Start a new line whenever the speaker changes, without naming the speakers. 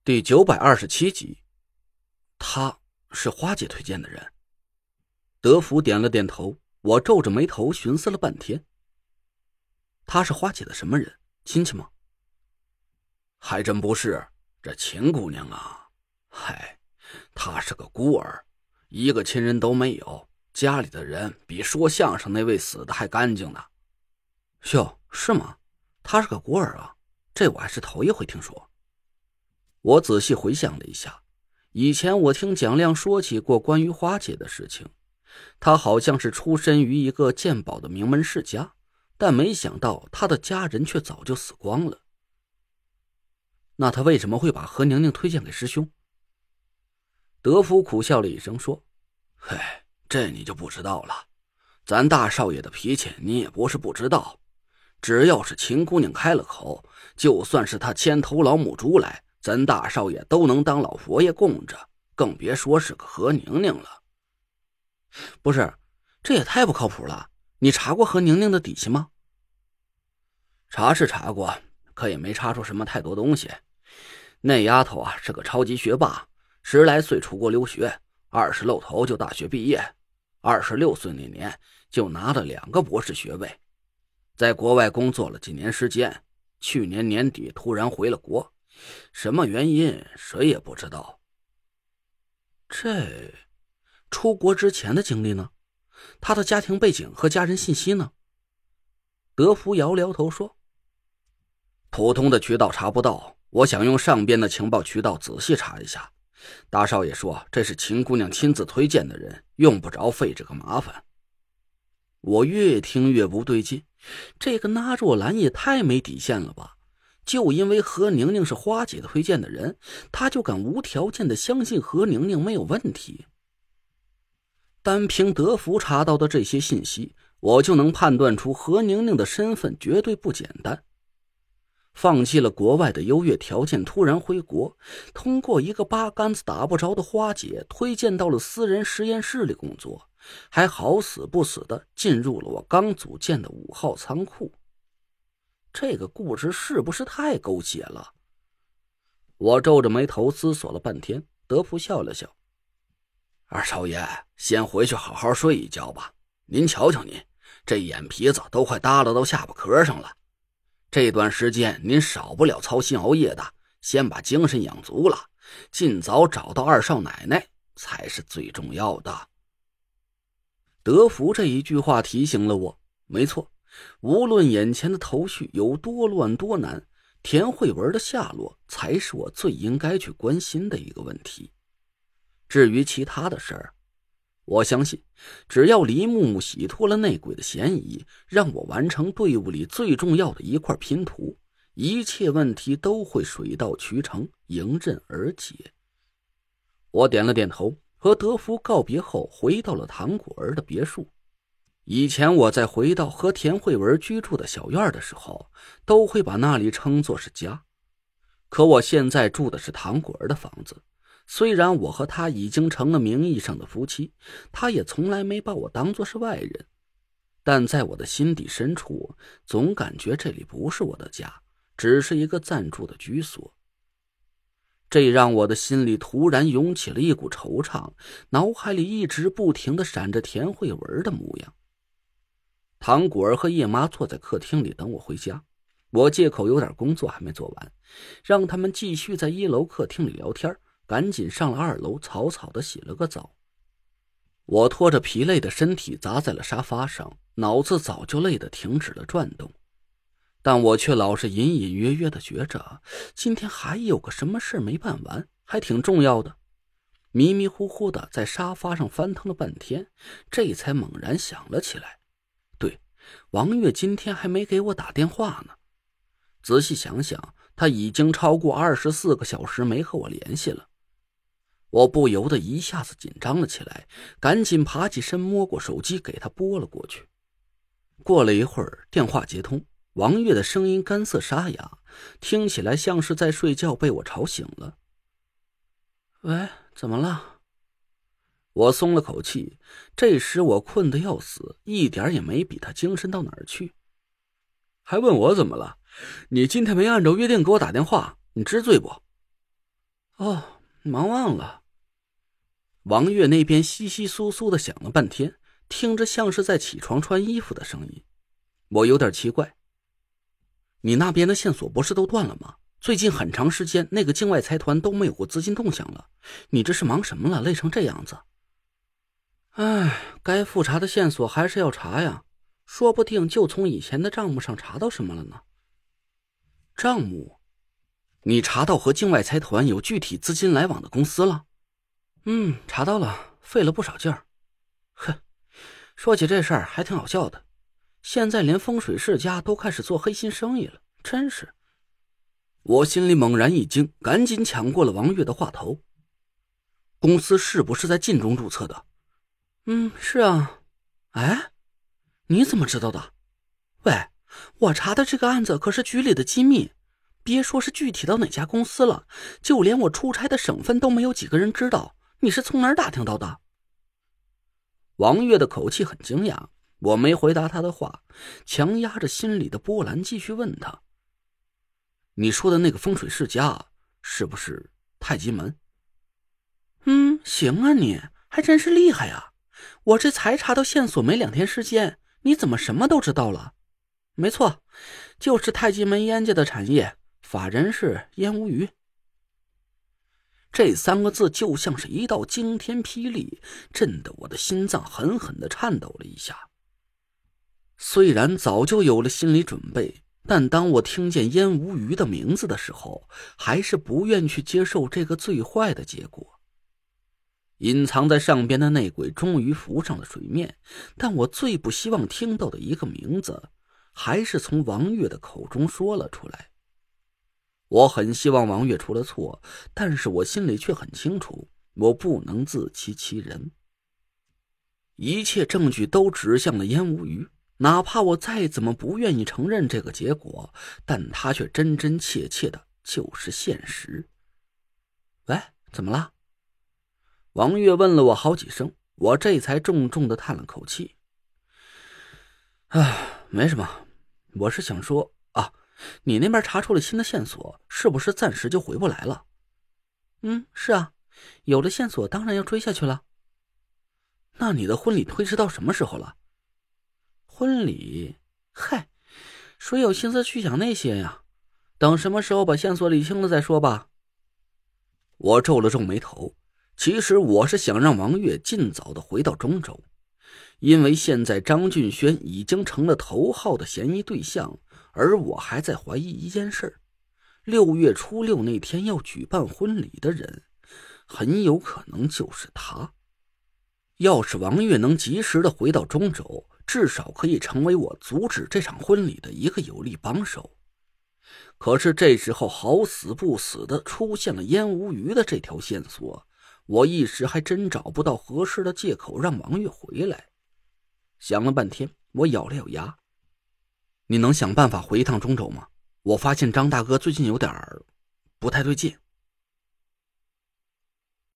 第927集，他是花姐推荐的人。德福点了点头，我皱着眉头寻思了半天。他是花姐的什么人？亲戚吗？还真不是，这秦姑娘啊，嗨，她是个孤儿，一个亲人都没有，家里的人比说相声那位死的还干净呢。哟，是吗？她是个孤儿啊，这我还是头一回听说。我仔细回想了一下，以前我听蒋亮说起过关于花姐的事情，她好像是出身于一个鉴宝的名门世家，但没想到她的家人却早就死光了。那她为什么会把何宁宁推荐给师兄？德福苦笑了一声说：嗨，这你就不知道了，咱大少爷的脾气你也不是不知道，只要是秦姑娘开了口，就算是她牵头老母猪来，咱大少爷都能当老佛爷供着，更别说是个何宁宁了。不是，这也太不靠谱了，你查过何宁宁的底细吗？查是查过，可也没查出什么太多东西。那丫头啊是个超级学霸，10来岁出国留学，20露头就大学毕业，26岁那年就拿了2个博士学位，在国外工作了几年时间，去年年底突然回了国，什么原因谁也不知道。这出国之前的经历呢？他的家庭背景和家人信息呢？德福摇了摇头说：普通的渠道查不到，我想用上边的情报渠道仔细查一下。大少爷说这是秦姑娘亲自推荐的人，用不着费这个麻烦。我越听越不对劲，这个纳若兰也太没底线了吧，就因为何宁宁是花姐推荐的人，他就敢无条件的相信何宁宁没有问题。单凭德福查到的这些信息，我就能判断出何宁宁的身份绝对不简单。放弃了国外的优越条件，突然回国，通过一个八竿子打不着的花姐推荐到了私人实验室里工作，还好死不死的进入了我刚组建的5号仓库。这个故事是不是太狗血了？我皱着眉头思索了半天，德福笑了笑：二少爷，先回去好好睡一觉吧。您瞧瞧您，这眼皮子都快耷拉到下巴壳上了。这段时间您少不了操心熬夜的，先把精神养足了，尽早找到二少奶奶才是最重要的。德福这一句话提醒了我，没错，无论眼前的头绪有多乱多难，田慧文的下落才是我最应该去关心的一个问题。至于其他的事儿，我相信只要黎木木洗脱了内鬼的嫌疑，让我完成队伍里最重要的一块拼图，一切问题都会水到渠成，迎刃而解。我点了点头，和德福告别后回到了唐果儿的别墅。以前我在回到和田慧文居住的小院的时候，都会把那里称作是家。可我现在住的是唐果儿的房子，虽然我和他已经成了名义上的夫妻，他也从来没把我当作是外人，但在我的心底深处，总感觉这里不是我的家，只是一个暂住的居所。这让我的心里突然涌起了一股惆怅，脑海里一直不停地闪着田慧文的模样。唐果儿和叶妈坐在客厅里等我回家，我借口有点工作还没做完，让他们继续在1楼客厅里聊天，赶紧上了2楼，草草地洗了个澡。我拖着疲累的身体砸在了沙发上，脑子早就累得停止了转动，但我却老是隐隐约约地觉着今天还有个什么事没办完，还挺重要的。迷迷糊糊地在沙发上翻腾了半天，这才猛然想了起来，对，王月今天还没给我打电话呢。仔细想想，他已经超过24个小时没和我联系了。我不由得一下子紧张了起来，赶紧爬起身摸过手机给他拨了过去。过了一会儿，电话接通，王月的声音干涩沙哑，听起来像是在睡觉，被我吵醒了。喂，怎么了？我松了口气，这时我困得要死，一点也没比他精神到哪儿去。还问我怎么了？你今天没按照约定给我打电话，你知罪不？ 哦，忙忘了。王月那边窸窸窣窣的响了半天，听着像是在起床穿衣服的声音。我有点奇怪，你那边的线索不是都断了吗？最近很长时间那个境外财团都没有过资金动向了，你这是忙什么了，累成这样子？唉，该复查的线索还是要查呀，说不定就从以前的账目上查到什么了呢。账目？你查到和境外财团有具体资金来往的公司了？查到了，费了不少劲儿。哼，说起这事儿还挺好笑的，现在连风水世家都开始做黑心生意了，真是。我心里猛然一惊，赶紧抢过了王月的话头。公司是不是在晋中注册的？是啊。哎，你怎么知道的？喂，我查的这个案子可是局里的机密，别说是具体到哪家公司了，就连我出差的省份都没有几个人知道，你是从哪儿打听到的？王月的口气很惊讶，我没回答他的话，强压着心里的波澜继续问他，你说的那个风水世家是不是太极门？行啊，你还真是厉害啊，我这才查到线索没2天时间，你怎么什么都知道了？没错，就是太极门燕家的产业，法人是燕无虞。这3个字就像是一道惊天霹雳，震得我的心脏狠狠地颤抖了一下。虽然早就有了心理准备，但当我听见燕无虞的名字的时候，还是不愿去接受这个最坏的结果。隐藏在上边的内鬼终于浮上了水面，但我最不希望听到的一个名字还是从王月的口中说了出来。我很希望王月出了错，但是我心里却很清楚，我不能自欺欺人。一切证据都指向了燕无虞，哪怕我再怎么不愿意承认这个结果，但它却真真切切的就是现实。喂，怎么了？王月问了我好几声，我这才重重的叹了口气。没什么，我是想说啊，你那边查出了新的线索，是不是暂时就回不来了？是啊，有了线索当然要追下去了。那你的婚礼推迟到什么时候了？婚礼？嗨，谁有心思去想那些呀？等什么时候把线索理清了再说吧。我皱了皱眉头，其实我是想让王月尽早的回到中州，因为现在张俊轩已经成了头号的嫌疑对象，而我还在怀疑一件事：6月初6那天要举办婚礼的人，很有可能就是他。要是王月能及时的回到中州，至少可以成为我阻止这场婚礼的一个有力帮手。可是这时候好死不死的出现了燕无虞的这条线索，我一时还真找不到合适的借口让王月回来。想了半天，我咬了咬牙，你能想办法回一趟中州吗？我发现张大哥最近有点不太对劲。